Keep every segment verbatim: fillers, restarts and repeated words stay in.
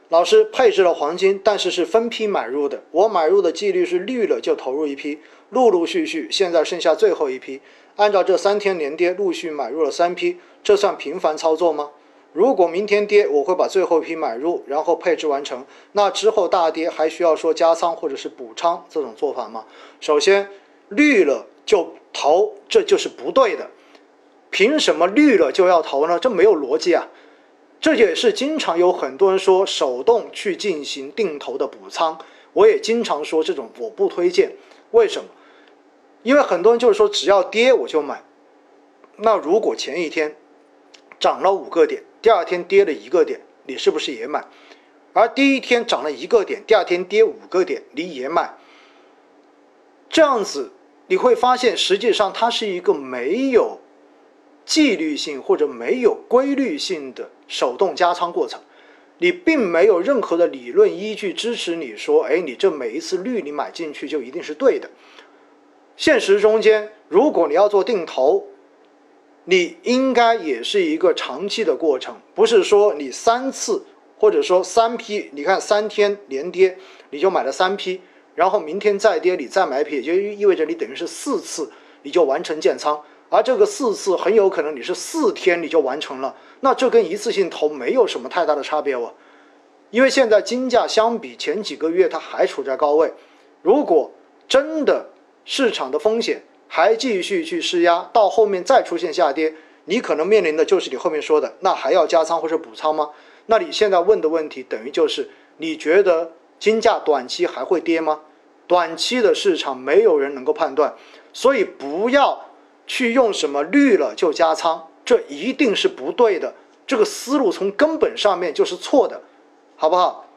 老师配置了黄金，但是是分批买入的，我买入的纪律是绿了就投入一批，陆陆续续，现在剩下最后一批，按照这三天连跌陆续买入了三批，这算频繁操作吗？如果明天跌，我会把最后一批买入，然后配置完成，那之后大跌还需要说加仓或者是补仓这种做法吗？首先，绿了就投，这就是不对的，凭什么绿了就要投呢？这没有逻辑啊！这也是经常有很多人说手动去进行定投的补仓，我也经常说这种我不推荐。为什么？因为很多人就是说只要跌我就买，那如果前一天涨了五个点，第二天跌了一个点，你是不是也买？而第一天涨了一个点，第二天跌五个点，你也买？这样子你会发现，实际上它是一个没有纪律性或者没有规律性的手动加仓过程，你并没有任何的理论依据支持你说，哎，你这每一次绿你买进去就一定是对的。现实中间，如果你要做定投，你应该也是一个长期的过程，不是说你三次或者说三批，你看三天连跌你就买了三批，然后明天再跌你再买一批，也就意味着你等于是四次你就完成建仓，而这个四次很有可能你是四天你就完成了，那这跟一次性投没有什么太大的差别哦。因为现在金价相比前几个月它还处在高位，如果真的市场的风险还继续去施压，到后面再出现下跌，你可能面临的就是你后面说的，那还要加仓或者补仓吗？那你现在问的问题等于就是你觉得金价短期还会跌吗？短期的市场没有人能够判断，所以不要去用什么绿了就加仓，这一定是不对的，这个思路从根本上面就是错的，好不好？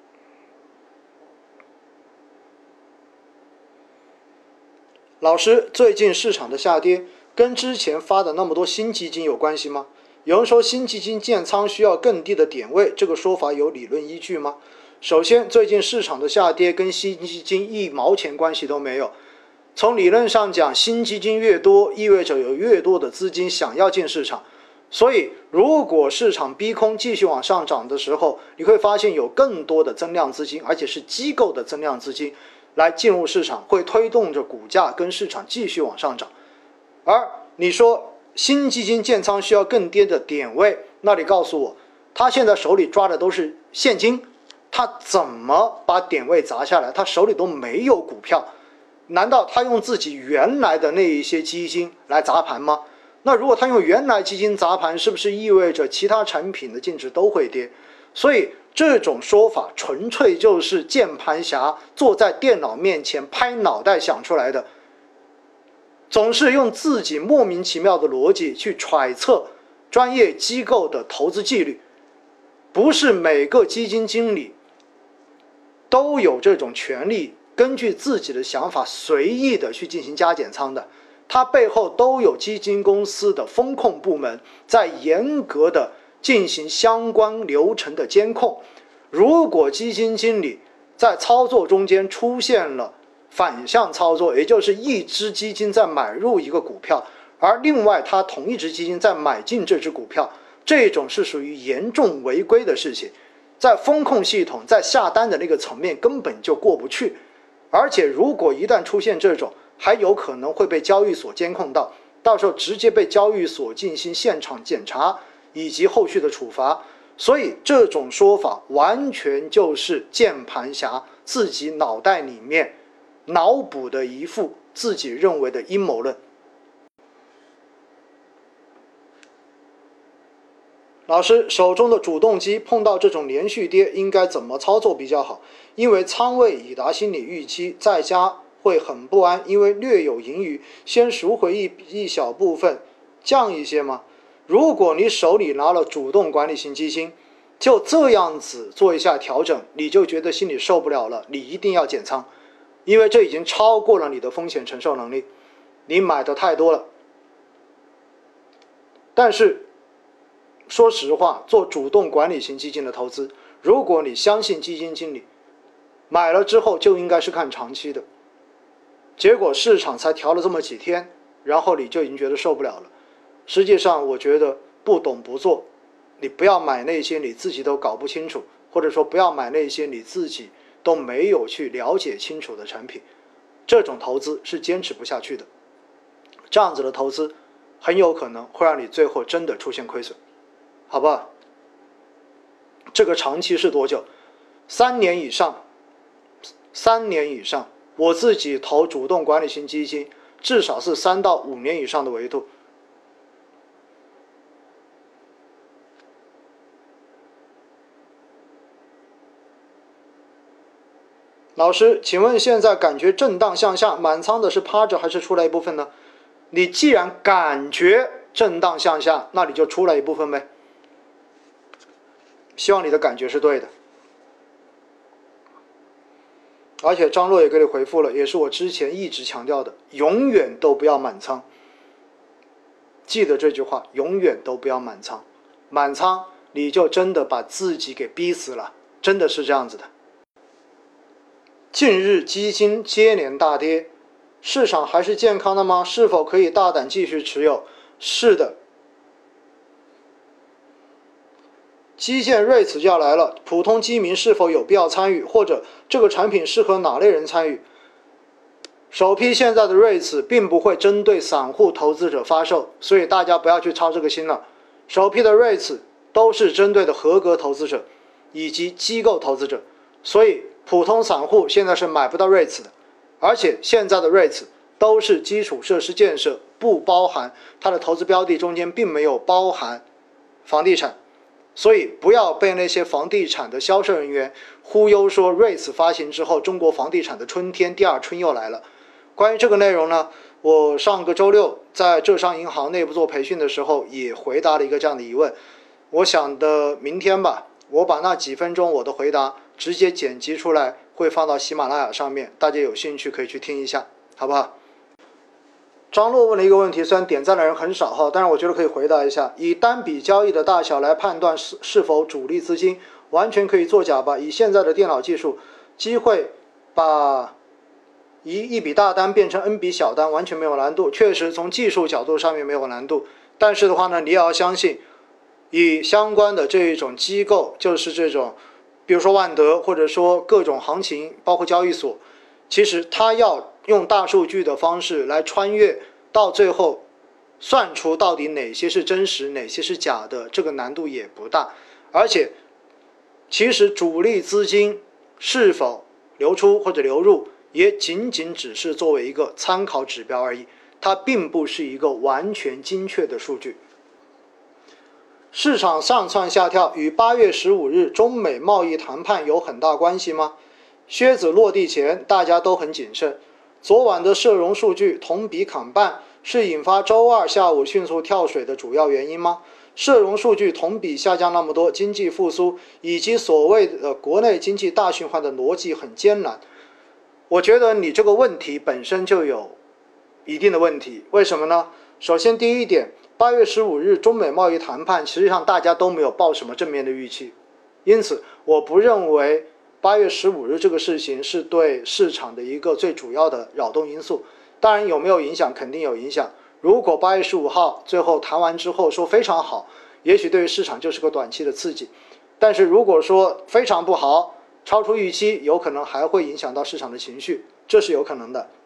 老师，最近市场的下跌跟之前发的那么多新基金有关系吗？有人说新基金建仓需要更低的点位，这个说法有理论依据吗？首先，最近市场的下跌跟新基金一毛钱关系都没有。从理论上讲，新基金越多，意味着有越多的资金想要进市场。所以，如果市场逼空继续往上涨的时候，你会发现有更多的增量资金，而且是机构的增量资金来进入市场，会推动着股价跟市场继续往上涨。而你说新基金建仓需要更低的点位，那你告诉我，他现在手里抓的都是现金，他怎么把点位砸下来？他手里都没有股票，难道他用自己原来的那一些基金来砸盘吗？那如果他用原来基金砸盘，是不是意味着其他产品的净值都会跌？所以这种说法纯粹就是键盘侠坐在电脑面前拍脑袋想出来的，总是用自己莫名其妙的逻辑去揣测专业机构的投资纪律。不是每个基金经理都有这种权利根据自己的想法随意的去进行加减仓的，它背后都有基金公司的风控部门在严格的进行相关流程的监控。如果基金经理在操作中间出现了反向操作，也就是一只基金在买入一个股票，而另外他同一只基金在买进这只股票，这种是属于严重违规的事情，在风控系统在下单的那个层面根本就过不去。而且如果一旦出现这种，还有可能会被交易所监控到，到时候直接被交易所进行现场检查以及后续的处罚。所以这种说法完全就是键盘侠自己脑袋里面脑补的一副自己认为的阴谋论。老师，手中的主动基碰到这种连续跌应该怎么操作比较好？因为仓位已达心理预期，在家会很不安，因为略有盈余，先赎回一一小部分，降一些吗？如果你手里拿了主动管理型基金，就这样子做一下调整，你就觉得心里受不了了，你一定要减仓，因为这已经超过了你的风险承受能力，你买的太多了。但是说实话，做主动管理型基金的投资，如果你相信基金经理，买了之后就应该是看长期的，结果市场才调了这么几天，然后你就已经觉得受不了了。实际上我觉得不懂不做，你不要买那些你自己都搞不清楚或者说不要买那些你自己都没有去了解清楚的产品，这种投资是坚持不下去的。这样子的投资很有可能会让你最后真的出现亏损，好吧？这个长期是多久？三年以上，三年以上。我自己投主动管理型基金，至少是三到五年以上的维度。老师，请问现在感觉震荡向下，满仓的是趴着还是出来一部分呢？你既然感觉震荡向下，那你就出来一部分呗。希望你的感觉是对的。而且张洛也给你回复了，也是我之前一直强调的，永远都不要满仓。记得这句话，永远都不要满仓。满仓你就真的把自己给逼死了，真的是这样子的。近日基金接连大跌，市场还是健康的吗？是否可以大胆继续持有？是的。基建 REITs 要来了，普通基民是否有必要参与，或者这个产品适合哪类人参与？首批现在的 REITs 并不会针对散户投资者发售，所以大家不要去操这个心了。首批的 REITs 都是针对的合格投资者以及机构投资者，所以普通散户现在是买不到 REITs 的。而且现在的 REITs 都是基础设施建设，不包含它的投资标的中间并没有包含房地产。所以不要被那些房地产的销售人员忽悠说 REITs 发行之后中国房地产的春天第二春又来了。关于这个内容呢，我上个周六在浙商银行内部做培训的时候也回答了一个这样的疑问。我想的明天吧，我把那几分钟我的回答直接剪辑出来，会放到喜马拉雅上面，大家有兴趣可以去听一下，好不好？张洛问了一个问题，虽然点赞的人很少哈，但是我觉得可以回答一下。以单笔交易的大小来判断是是否主力资金，完全可以作假吧？以现在的电脑技术，机会把一一笔大单变成 N 笔小单完全没有难度，确实从技术角度上面没有难度。但是的话呢，你也要相信，以相关的这一种机构，就是这种，比如说万德或者说各种行情，包括交易所，其实它要用大数据的方式来穿越，到最后算出到底哪些是真实，哪些是假的，这个难度也不大。而且其实主力资金是否流出或者流入，也仅仅只是作为一个参考指标而已，它并不是一个完全精确的数据。市场上蹿下跳与八月十五日中美贸易谈判有很大关系吗？靴子落地前大家都很谨慎。昨晚的社融数据同比砍半，是引发周二下午迅速跳水的主要原因吗？社融数据同比下降那么多，经济复苏以及所谓的国内经济大循环的逻辑很艰难。我觉得你这个问题本身就有一定的问题，为什么呢？首先第一点，八月十五日中美贸易谈判，实际上大家都没有抱什么正面的预期，因此我不认为八月十五日这个事情是对市场的一个最主要的扰动因素。当然有没有影响，肯定有影响。如果八月十五号最后谈完之后说非常好，也许对于市场就是个短期的刺激。但是如果说非常不好，超出预期，有可能还会影响到市场的情绪，这是有可能的。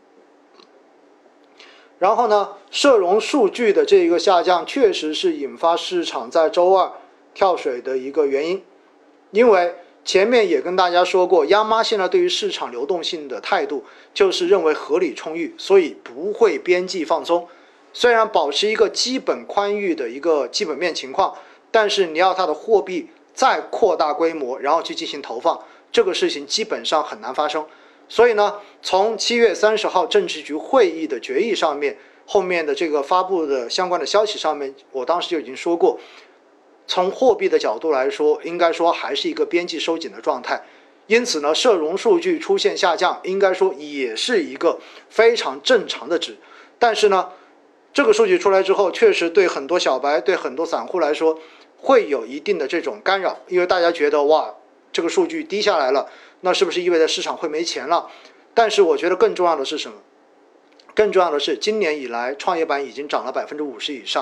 然后呢，社融数据的这一个下降确实是引发市场在周二跳水的一个原因。因为前面也跟大家说过，央妈现在对于市场流动性的态度就是认为合理充裕，所以不会边际放松。虽然保持一个基本宽裕的一个基本面情况，但是你要它的货币再扩大规模，然后去进行投放，这个事情基本上很难发生。所以呢，从七月三十号政治局会议的决议上面，后面的这个发布的相关的消息上面，我当时就已经说过，从货币的角度来说，应该说还是一个边际收紧的状态。因此呢，社融数据出现下降，应该说也是一个非常正常的值。但是呢，这个数据出来之后，确实对很多小白、对很多散户来说，会有一定的这种干扰，因为大家觉得哇，这个数据低下来了，那是不是意味着市场会没钱了？但是我觉得更重要的是什么？更重要的是，今年以来创业板已经涨了百分之五十以上，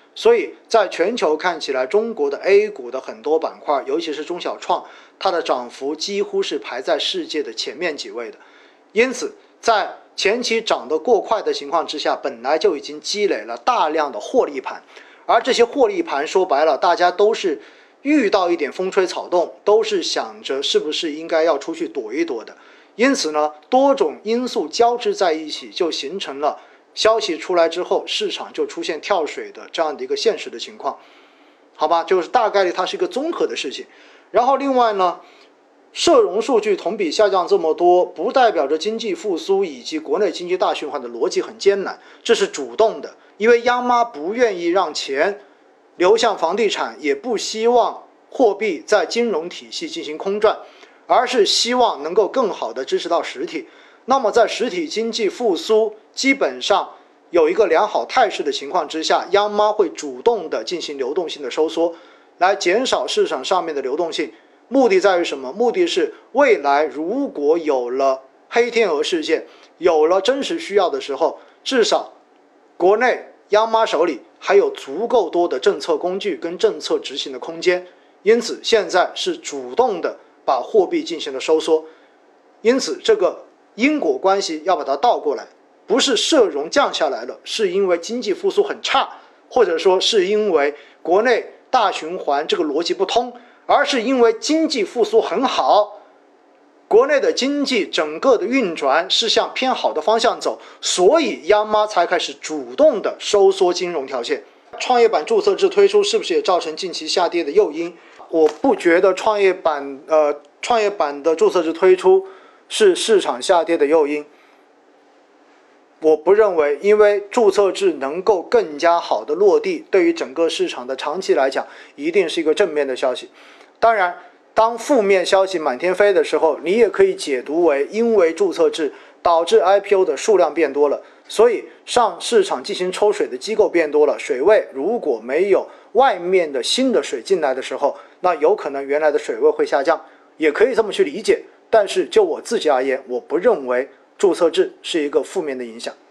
所以在全球看起来，中国的 A 股的很多板块，尤其是中小创，它的涨幅几乎是排在世界的前面几位的。因此在前期涨得过快的情况之下，本来就已经积累了大量的获利盘，而这些获利盘说白了，大家都是遇到一点风吹草动，都是想着是不是应该要出去躲一躲的。因此呢，多种因素交织在一起，就形成了消息出来之后，市场就出现跳水的这样的一个现实的情况，好吧？就是大概率它是一个综合的事情。然后另外呢，社融数据同比下降这么多，不代表着经济复苏以及国内经济大循环的逻辑很艰难，这是主动的，因为央妈不愿意让钱流向房地产，也不希望货币在金融体系进行空转，而是希望能够更好的支持到实体。那么在实体经济复苏基本上有一个良好态势的情况之下，央妈会主动的进行流动性的收缩，来减少市场上面的流动性。目的在于什么？目的是未来如果有了黑天鹅事件，有了真实需要的时候，至少国内央妈手里还有足够多的政策工具跟政策执行的空间。因此现在是主动的把货币进行了收缩。因此这个因果关系要把它倒过来，不是社融降下来了，是因为经济复苏很差，或者说是因为国内大循环这个逻辑不通，而是因为经济复苏很好，国内的经济整个的运转是向偏好的方向走，所以央妈才开始主动的收缩金融条件。创业板注册制推出是不是也造成近期下跌的诱因？我不觉得创业板呃创业板的注册制推出是市场下跌的诱因，我不认为，因为注册制能够更加好的落地，对于整个市场的长期来讲一定是一个正面的消息。当然当负面消息满天飞的时候，你也可以解读为因为注册制导致 I P O 的数量变多了，所以上市场进行抽水的机构变多了，水位如果没有外面的新的水进来的时候，那有可能原来的水位会下降，也可以这么去理解。但是就我自己而言，我不认为注册制是一个负面的影响。